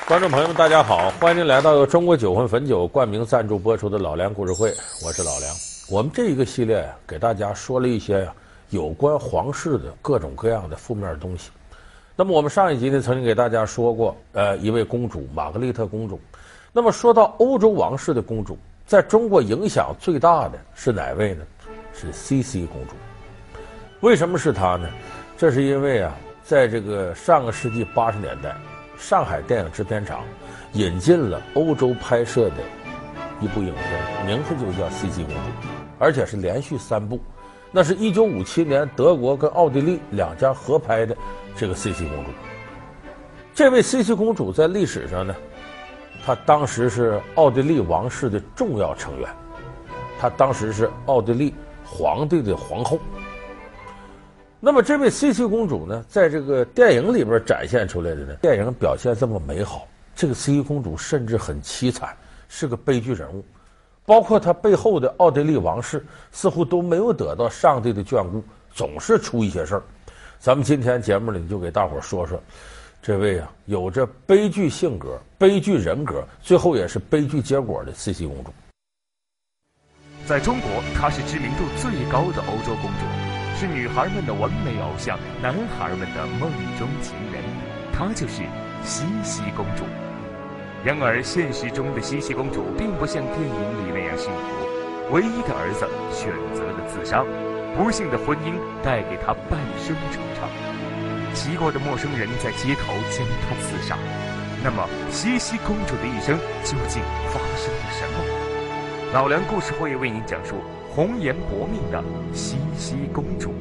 观众朋友们，大家好，欢迎您来到由中国酒魂汾酒冠名赞助播出的老梁故事会，我是老梁。我们这一个系列给大家说了一些有关皇室的各种各样的负面的东西。那么我们上一集呢，曾经给大家说过，一位公主玛格丽特公主。那么说到欧洲王室的公主，在中国影响最大的是哪位呢？是 CC 公主。为什么是她呢？这是因为在这个上个世纪80年代。上海电影制片厂引进了欧洲拍摄的一部影片，名字就叫《CC 公主》，而且是连续3部。那是1957年德国跟奥地利两家合拍的这个 CC 公主。这位 CC 公主在历史上呢，她当时是奥地利王室的重要成员，她当时是奥地利皇帝的皇后。那么这位 CC 公主呢，在这个电影里边展现出来的呢，电影表现这么美好，这个 CC 公主甚至很凄惨，是个悲剧人物。包括她背后的奥地利王室似乎都没有得到上帝的眷顾，总是出一些事儿。咱们今天节目里就给大伙儿说说这位有着悲剧性格、悲剧人格，最后也是悲剧结果的 CC 公主。 在中国，她是知名度最高的欧洲公主，是女孩们的完美偶像，男孩们的梦中情人，她就是茜茜公主。然而现实中的茜茜公主并不像电影里那样幸福，唯一的儿子选择了自杀，不幸的婚姻带给她半生惆怅，奇怪的陌生人在街头将她刺杀。那么茜茜公主的一生究竟发生了什么？老梁故事会为您讲述红颜薄命的茜茜公主。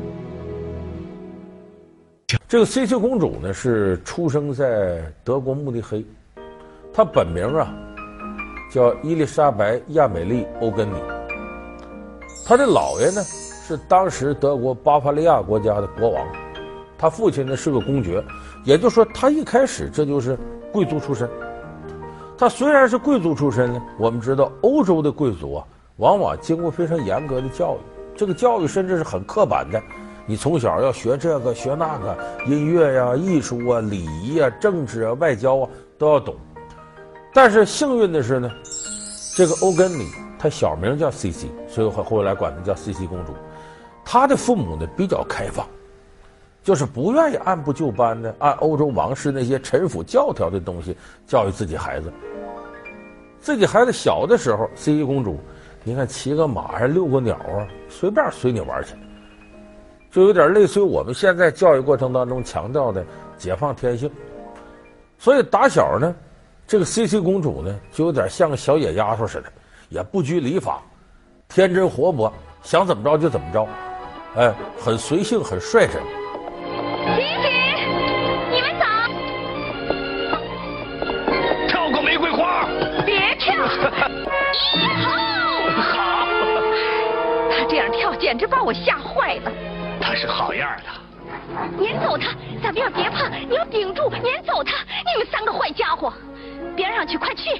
这个 CC 公主呢，是出生在德国慕尼黑，她本名叫伊丽莎白·亚美丽·欧根尼。她的姥爷呢是当时德国巴伐利亚国家的国王，她父亲呢是个公爵，也就是说她一开始这就是贵族出身。她虽然是贵族出身呢，我们知道欧洲的贵族往往经过非常严格的教育，这个教育甚至是很刻板的，你从小要学这个学那个，音乐艺术礼仪政治外交都要懂。但是幸运的是呢，这个欧根尼她小名叫 CC， 所以后来管她叫 CC 公主。她的父母呢比较开放，就是不愿意按部就班的按欧洲王室那些陈腐教条的东西教育自己孩子。自己孩子小的时候 ，CC 公主，你看骑个马还是遛个鸟随便随你玩去，就有点类似于我们现在教育过程当中强调的解放天性。所以打小呢，这个 CC 公主呢，就有点像个小野丫头似的，也不拘礼法，天真活泼，想怎么着就怎么着，很随性，很率真。 琪琪，你们早。 跳过玫瑰花。 别跳！一吼！ 好。 他这样跳简直把我吓坏了。 他是好样的。 撵走他！咱们要别怕，你要顶住，撵走他！你们3个坏家伙，别让去，快去！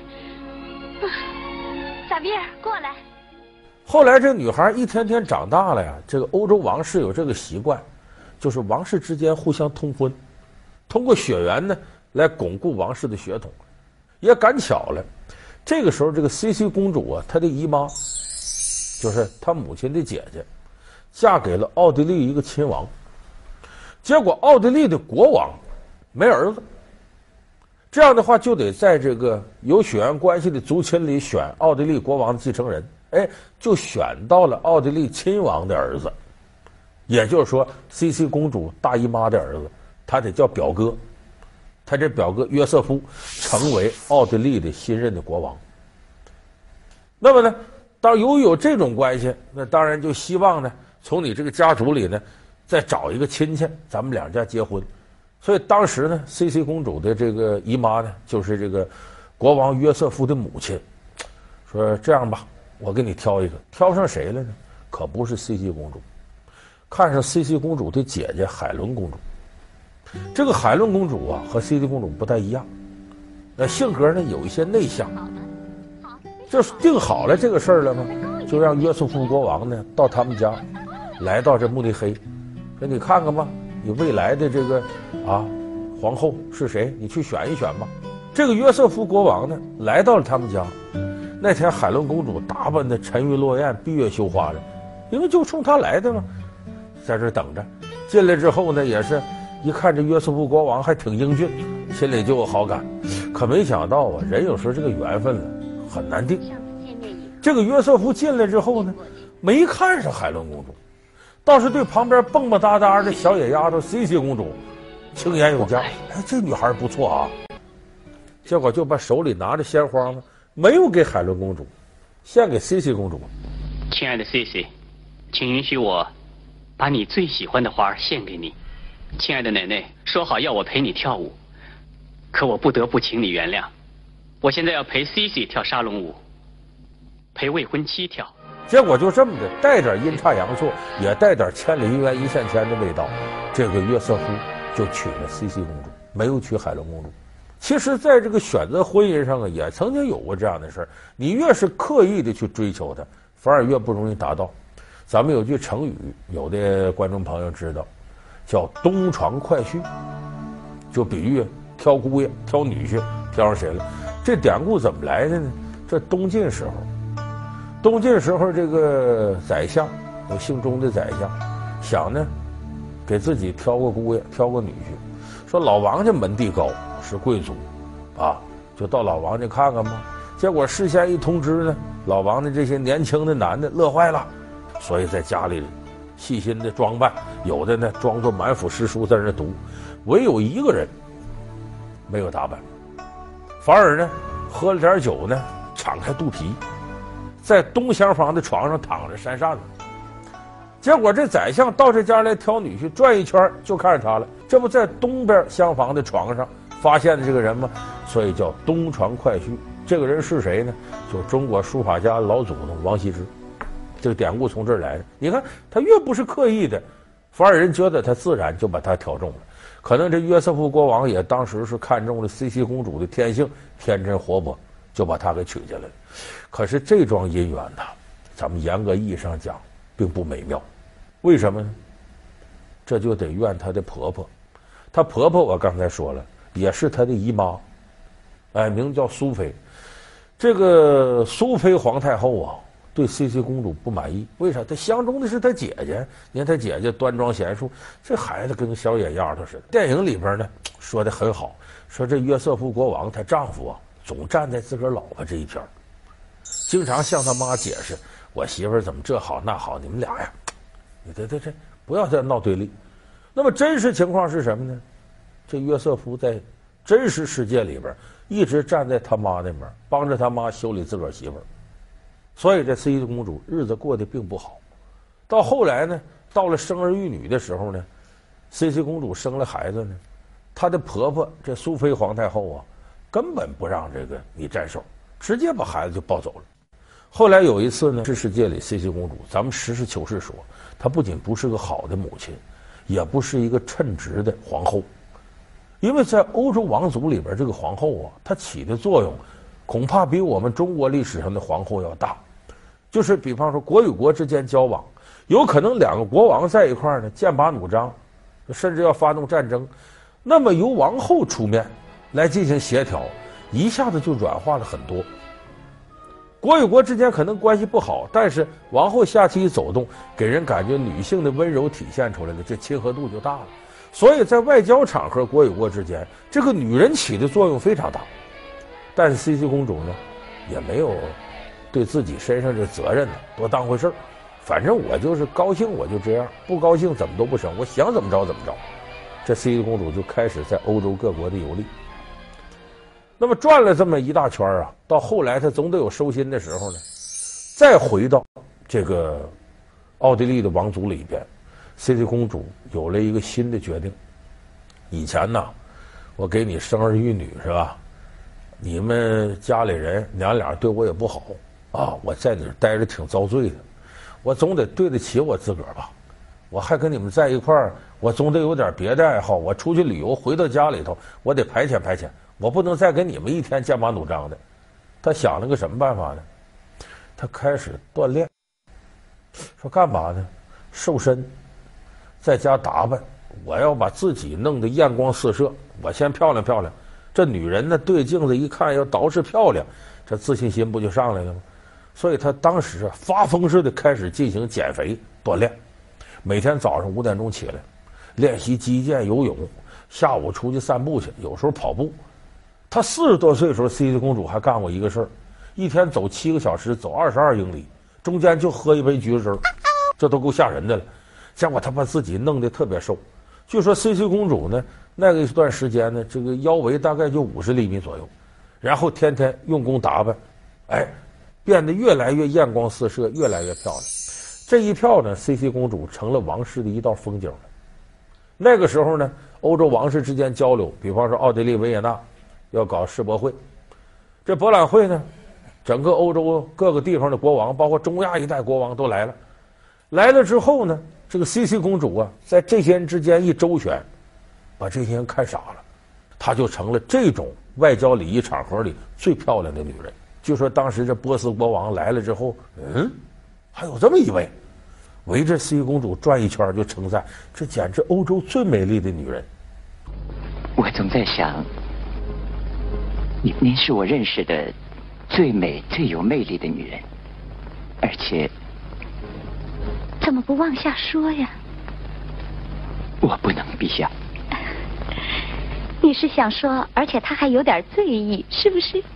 萨维尔，过来。 后来这女孩一天天长大了呀，这个欧洲王室有这个习惯，就是王室之间互相通婚，通过血缘呢来巩固王室的血统。也赶巧了，这个时候这个 CC 公主她的姨妈，就是她母亲的姐姐，嫁给了奥地利一个亲王。结果奥地利的国王没儿子，这样的话就得在这个有血缘关系的族亲里选奥地利国王的继承人，就选到了奥地利亲王的儿子，也就是说 CC 公主大姨妈的儿子，他得叫表哥，他这表哥约瑟夫成为奥地利的新任的国王。那么呢，由于有这种关系，那当然就希望呢，从你这个家族里呢再找一个亲戚，咱们2家结婚。所以当时呢 ，CC 公主的这个姨妈呢，就是这个国王约瑟夫的母亲，说这样吧，我给你挑一个，挑上谁了呢？可不是 CC 公主，看上 CC 公主的姐姐海伦公主。这个海伦公主和 CC 公主不太一样，性格呢有一些内向。就是定好了这个事儿了呢，就让约瑟夫国王呢到他们家，来到这慕尼黑，说你看看吧，你未来的这个皇后是谁？你去选一选吧。 这个约瑟夫国王呢，来到了他们家。那天海伦公主打扮的沉鱼落雁、闭月羞花的，因为就冲他来的嘛，在这等着。进来之后呢，也是一看这约瑟夫国王还挺英俊，心里就有好感。可没想到啊，人有时候这个缘分呢很难定。这个约瑟夫进来之后呢，没看上海伦公主，倒是对旁边蹦蹦哒哒的小野丫头 CC 公主青眼有加。哎，这女孩不错啊。结果就把手里拿着鲜花嘛，没有给海伦公主，献给 CC 公主。 亲爱的 CC， 请允许我把你最喜欢的花献给你。亲爱的奶奶说好要我陪你跳舞，可我不得不请你原谅。我现在要陪 CC 跳沙龙舞，陪未婚妻跳。 结果就这么的，带点阴差阳错，也带点千里姻缘一线牵的味道，这个约瑟夫就娶了 CC 公主，没有娶海伦公主。其实在这个选择婚姻上啊，也曾经有过这样的事儿，你越是刻意的去追求它，反而越不容易达到。咱们有句成语，有的观众朋友知道，叫东床快婿，就比喻挑姑爷、挑女婿，挑上谁了。这典故怎么来的呢？这东晋时候这个宰相，有姓钟的宰相，想呢给自己挑个姑爷，挑个女婿，说老王家门第高，是贵族啊，就到老王家看看吧。结果事先一通知呢，老王的这些年轻的男的乐坏了，所以在家里细心的装扮，有的呢装作满腹诗书在那读，唯有一个人没有打扮，反而呢喝了点酒呢，敞开肚皮，在东厢房的床上躺着扇扇子。结果这宰相到这家来挑女婿，转一圈就看上他了，这不在东边厢房的床上发现的这个人吗？所以叫东床快婿。这个人是谁呢？就中国书法家老祖宗王羲之。这个典故从这儿来的。你看他越不是刻意的，反而人觉得他自然就把他挑中了。可能这约瑟夫国王也当时是看中了 CC 公主的天性，天真活泼，就把她给娶进来了。可是这桩姻缘呢，咱们严格意义上讲并不美妙。为什么呢？这就得怨她的婆婆。她婆婆我刚才说了，也是她的姨妈，哎，名叫苏菲。这个苏菲皇太后啊，对 CC 公主不满意。为啥？她相中的是她姐姐，你看她姐姐端庄贤淑，这孩子跟个小野丫头似的。电影里边呢说的很好，说这约瑟夫国王她丈夫啊，总站在自个儿老婆这一边，经常向他妈解释，我媳妇儿怎么这好那好，你们俩呀，你这不要再闹对立。那么真实情况是什么呢？这约瑟夫在真实世界里边一直站在他妈那边，帮着他妈修理自个儿媳妇儿，所以这 CC 公主日子过得并不好。到后来呢，到了生儿育女的时候呢， CC 公主生了孩子呢，她的婆婆这苏菲皇太后啊，根本不让这个你沾手，直接把孩子就抱走了。后来有一次呢，这世界里 CC 公主，咱们实事求是说，她不仅不是个好的母亲，也不是一个称职的皇后。因为在欧洲王族里边，这个皇后啊，她起的作用恐怕比我们中国历史上的皇后要大。就是比方说国与国之间交往，有可能两个国王在一块儿呢，剑拔弩张，甚至要发动战争，那么由王后出面来进行协调，一下子就软化了很多。国与国之间可能关系不好，但是王后下去一走动，给人感觉女性的温柔体现出来了，这亲和度就大了。所以在外交场合，国与国之间，这个女人起的作用非常大。但是 CC 公主呢，也没有对自己身上这责任呢多当回事儿。反正我就是高兴我就这样，不高兴怎么都不成，我想怎么着怎么着。这 CC 公主就开始在欧洲各国的游历。那么转了这么一大圈啊，到后来她总得有收心的时候呢，再回到这个奥地利的王族里边，CC 公主有了一个新的决定。以前呢，我给你生儿育女是吧？你们家里人娘俩对我也不好啊，我在你这待着挺遭罪的，我总得对得起我自个儿吧。我还跟你们在一块儿，我总得有点别的爱好。我出去旅游回到家里头，我得排遣排遣，我不能再跟你们一天剑拔弩张的。他想了个什么办法呢？他开始锻炼。说干嘛呢？瘦身，在家打扮，我要把自己弄得艳光四射，我先漂亮漂亮， 这女人呢，对镜子一看要捯饬漂亮，这自信心不就上来了吗？所以她当时啊发疯似的开始进行减肥锻炼，每天早上5点钟起来练习击剑、游泳，下午出去散步去，有时候跑步。她40多岁的时候，茜茜公主还干过一个事儿，一天走7个小时，走22英里，中间就喝一杯橘子汁，这都够吓人的了。结果她把自己弄得特别瘦。据说茜茜公主呢，那个一段时间呢，这个腰围大概就50厘米左右，然后天天用功打扮，哎，变得越来越艳光四射，越来越漂亮。这一漂亮，茜茜公主成了王室的一道风景了。那个时候呢，欧洲王室之间交流，比方说奥地利维也纳要搞世博会，这博览会呢，整个欧洲各个地方的国王，包括中亚一带国王都来了。来了之后呢，这个茜茜公主啊，在这些人之间一周旋，把这些人看傻了，她就成了这种外交礼仪场合里最漂亮的女人。据说当时这波斯国王来了之后，还有这么一位，围着茜茜公主转一圈就称赞，这简直欧洲最美丽的女人。 我总在想，您是我认识的最美、最有魅力的女人，而且怎么不往下说呀？ 我不能，陛下。 你是想说，而且他还有点醉意，是不是？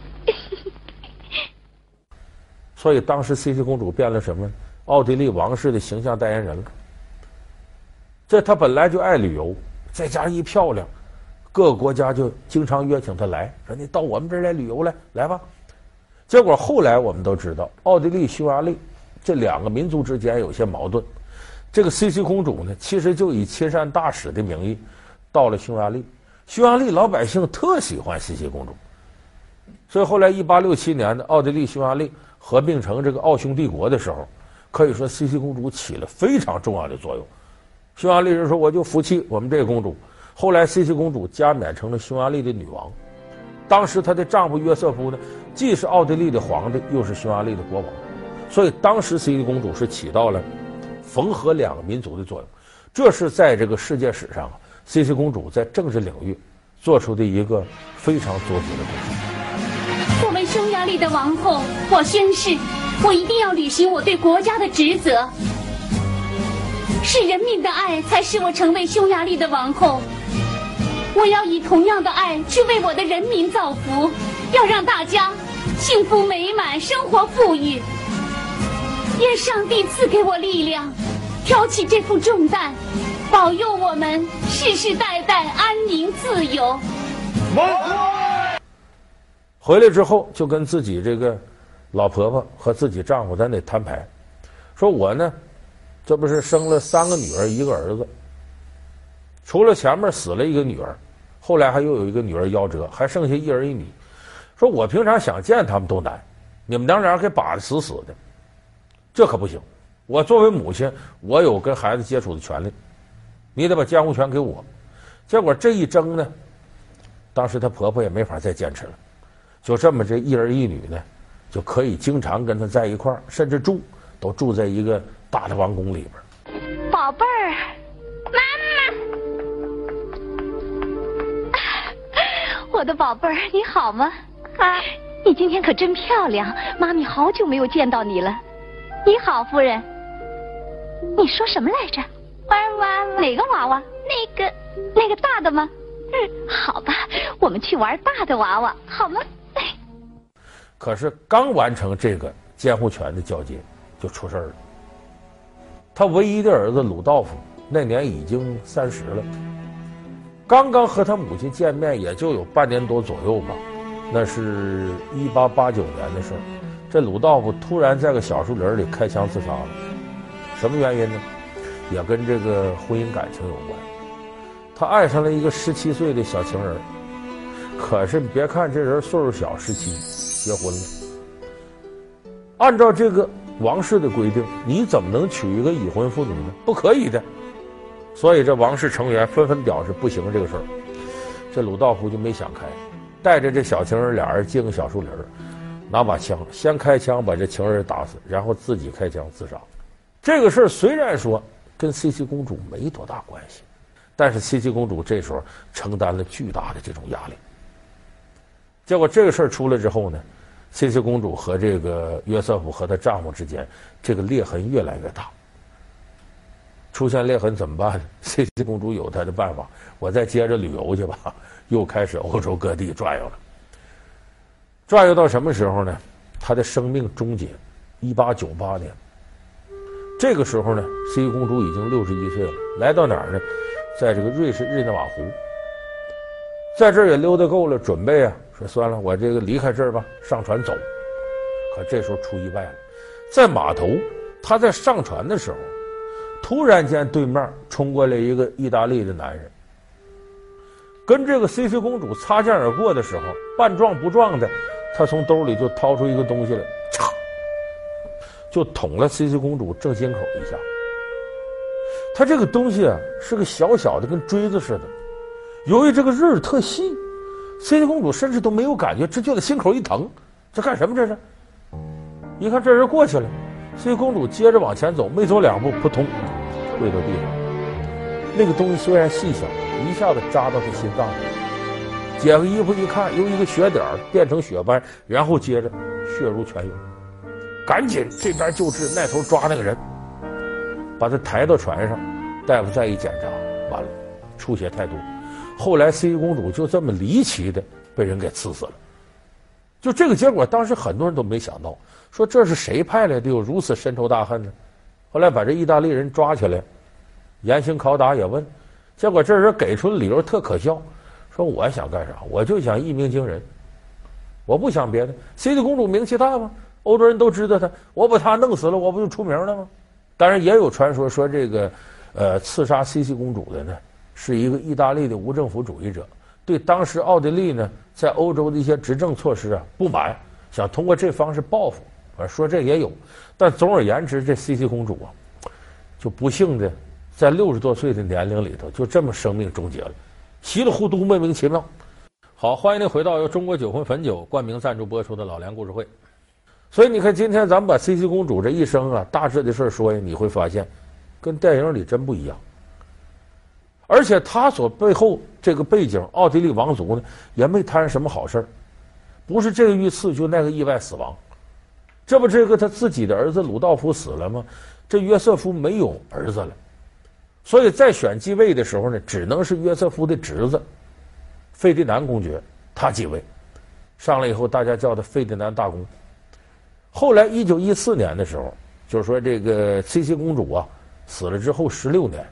所以当时茜茜公主变了什么？奥地利王室的形象代言人了。这她本来就爱旅游，再加上一漂亮，各个国家就经常约请她来，说你到我们这儿来旅游来吧。结果后来我们都知道，奥地利、匈牙利这2个民族之间有些矛盾。这个茜茜公主呢，其实就以亲善大使的名义到了匈牙利，匈牙利老百姓特喜欢茜茜公主，所以后来1867年的奥地利、匈牙利合并成这个奥匈帝国的时候，可以说茜茜公主起了非常重要的作用。匈牙利人说我就服气我们这个公主，后来茜茜公主加冕成了匈牙利的女王。当时她的丈夫约瑟夫呢，既是奥地利的皇帝，又是匈牙利的国王，所以当时茜茜公主是起到了缝合2个民族的作用。这是在这个世界史上，茜茜公主在政治领域做出的一个非常卓绝的贡献。 作为匈牙利的王后，我宣誓，我一定要履行我对国家的职责。是人民的爱才使我成为匈牙利的王后。我要以同样的爱去为我的人民造福，要让大家幸福美满，生活富裕。愿上帝赐给我力量，挑起这副重担，保佑我们世世代代安宁自由。 回来之后就跟自己这个老婆婆和自己丈夫咱得摊牌，说我呢这不是生了3个女儿1个儿子，除了前面死了一个女儿，后来还又有一个女儿夭折，还剩下1儿1女。说我平常想见他们都难，你们娘俩给把得死死的，这可不行。我作为母亲，我有跟孩子接触的权利，你得把监护权给我。结果这一争呢，当时她婆婆也没法再坚持了，就这么这1儿1女呢，就可以经常跟她在一块儿，甚至都住在一个大的王宫里边。 宝贝儿，妈妈，我的宝贝儿，你好吗？啊，你今天可真漂亮，妈咪好久没有见到你了。你好，夫人。你说什么来着？玩娃娃。哪个娃娃？那个大的吗？好吧，我们去玩大的娃娃，好吗？ 可是刚完成这个监护权的交接，就出事儿了。他唯一的儿子鲁道夫那年已经30了，刚刚和他母亲见面也就有半年多左右吧，那是1889年的事儿。这鲁道夫突然在个小树林里开枪自杀了，什么原因呢？也跟这个婚姻感情有关。他爱上了一个17岁的小情人，可是你别看这人岁数小，17，结婚了。按照这个王室的规定，你怎么能娶一个已婚妇女呢？不可以的。所以这王室成员纷纷表示不行这个事儿。这鲁道夫就没想开，带着这小情人俩人进个小树林，拿把枪先开枪把这情人打死，然后自己开枪自杀。这个事儿虽然说跟茜茜公主没多大关系，但是茜茜公主这时候承担了巨大的这种压力。 结果这个事儿出来之后呢，C.C. 公主和这个约瑟夫和她丈夫之间这个裂痕越来越大。出现裂痕怎么办呢 ？C.C. 公主有她的办法，我再接着旅游去吧，又开始欧洲各地转悠了。转悠到什么时候呢？她的生命终结，1898年。这个时候呢 ，C.C. 公主已经61岁了，来到哪儿呢？在这个瑞士日内瓦湖，在这儿也溜达够了，准备啊，说算了，我这个离开这儿吧，上船走。可这时候出意外了，在码头，他在上船的时候，突然间对面冲过来一个意大利的男人，跟这个 C.C. 公主擦肩而过的时候，半撞不撞的，他从兜里就掏出一个东西来，嚓，就捅了 C.C. 公主正心口一下。他这个东西啊，是个小小的，跟锥子似的。由于这个刃特细 ，C.C. 公主甚至都没有感觉，这就在心口一疼，这干什么这是？一看这人过去了 ，C.C. 公主接着往前走，没走2步，扑通，跪到地上。那个东西虽然细小，一下子扎到他心脏里。解开衣服一看，由一个血点变成血斑，然后接着血如泉涌。赶紧这边救治，那头抓那个人，把他抬到船上，大夫再一检查，完了，出血太多。后来 C.C. 公主就这么离奇的被人给刺死了。就这个结果，当时很多人都没想到，说这是谁派来的有如此深仇大恨呢？后来把这意大利人抓起来，严刑拷打也问，结果这人给出的理由特可笑，说我想干啥？我就想一鸣惊人，我不想别的。C.C. 公主名气大吗？欧洲人都知道她，我把她弄死了，我不就出名了吗？当然也有传说说这个刺杀 C.C. 公主的呢是一个意大利的无政府主义者，对当时奥地利呢在欧洲的一些执政措施啊不满，想通过这方式报复，说这也有。但总而言之，这 C.C. 公主啊就不幸的在60多岁的年龄里头就这么生命终结了，稀里糊涂莫名其妙。好，欢迎您回到由中国酒魂汾酒冠名赞助播出的老梁故事会。所以你看，今天咱们把 C.C. 公主这一生啊大致的事说呀，你会发现跟电影里真不一样。而且他所背后这个背景，奥地利王族呢也没摊上什么好事儿，不是这个遇刺就那个意外死亡。这不这个他自己的儿子鲁道夫死了吗？这约瑟夫没有儿子了，所以在选继位的时候呢，只能是约瑟夫的侄子费迪南公爵他继位。上来以后，大家叫他费迪南大公。后来1914年的时候，就是说这个 C.C. 公主啊死了之后16年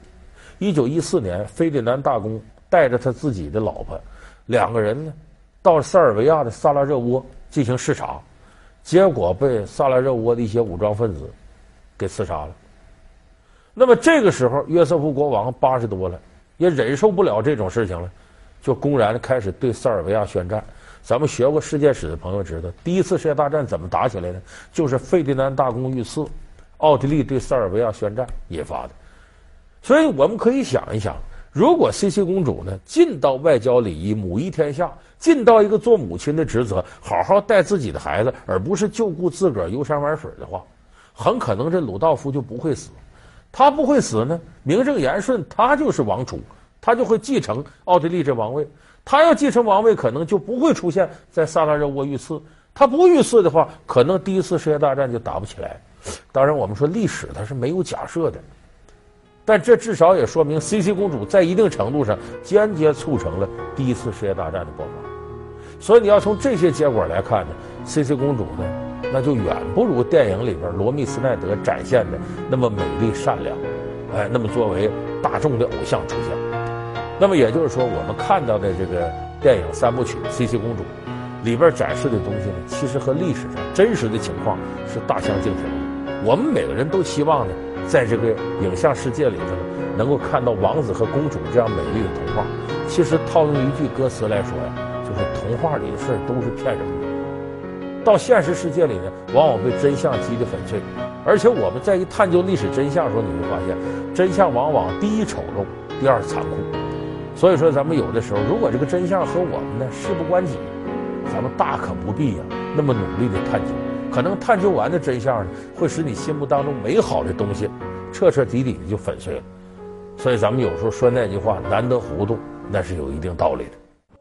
，1914年费迪南大公带着他自己的老婆2个人呢到了塞尔维亚的萨拉热窝进行视察，结果被萨拉热窝的一些武装分子给刺杀了。那么这个时候约瑟夫国王80多了，也忍受不了这种事情了，就公然开始对塞尔维亚宣战。咱们学过世界史的朋友知道，第一次世界大战怎么打起来呢？就是费迪南大公遇刺，奥地利对塞尔维亚宣战引发的。所以我们可以想一想，如果 C.C. 公主呢尽到外交礼仪，母仪天下，尽到一个做母亲的职责，好好带自己的孩子，而不是就顾自个儿游山玩水的话，很可能这鲁道夫就不会死。他不会死呢，名正言顺，他就是王储，他就会继承奥地利这王位。他要继承王位，可能就不会出现在萨拉热窝遇刺。他不遇刺的话，可能第一次世界大战就打不起来。当然，我们说历史它是没有假设的，但这至少也说明 C.C. 公主在一定程度上间接促成了第一次世界大战的爆发。所以你要从这些结果来看呢 ，C.C. 公主呢，那就远不如电影里边罗密斯奈德展现的那么美丽善良，那么作为大众的偶像出现。那么也就是说，我们看到的这个电影3部曲《C.C. 公主》里边展示的东西呢，其实和历史上真实的情况是大相径庭的。我们每个人都希望呢，在这个影像世界里头能够看到王子和公主这样美丽的童话。其实套用一句歌词来说呀，就是童话里的事都是骗人的。到现实世界里呢，往往被真相击得粉碎。而且我们在一探究历史真相的时候，你会发现，真相往往第一丑陋，第二残酷。所以说，咱们有的时候，如果这个真相和我们呢事不关己，咱们大可不必那么努力的探究。可能探究完的真相呢，会使你心目当中美好的东西彻彻底底的就粉碎了。所以咱们有时候说那句话，难得糊涂，那是有一定道理的。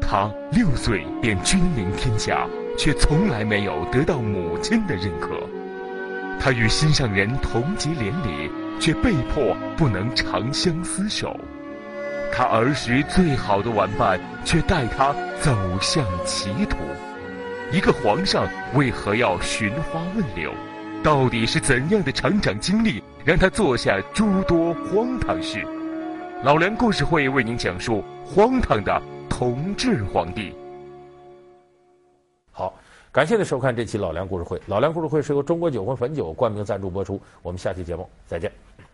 他6岁便君临天下，却从来没有得到母亲的认可。他与心上人同结连理，却被迫不能长相厮守。他儿时最好的玩伴，却带他走向歧途。一个皇上为何要寻花问柳？到底是怎样的成长经历，让他做下诸多荒唐事？老梁故事会为您讲述荒唐的同治皇帝。 好，感谢您收看这期老梁故事会。老梁故事会是由中国酒魂汾酒冠名赞助播出。我们下期节目再见。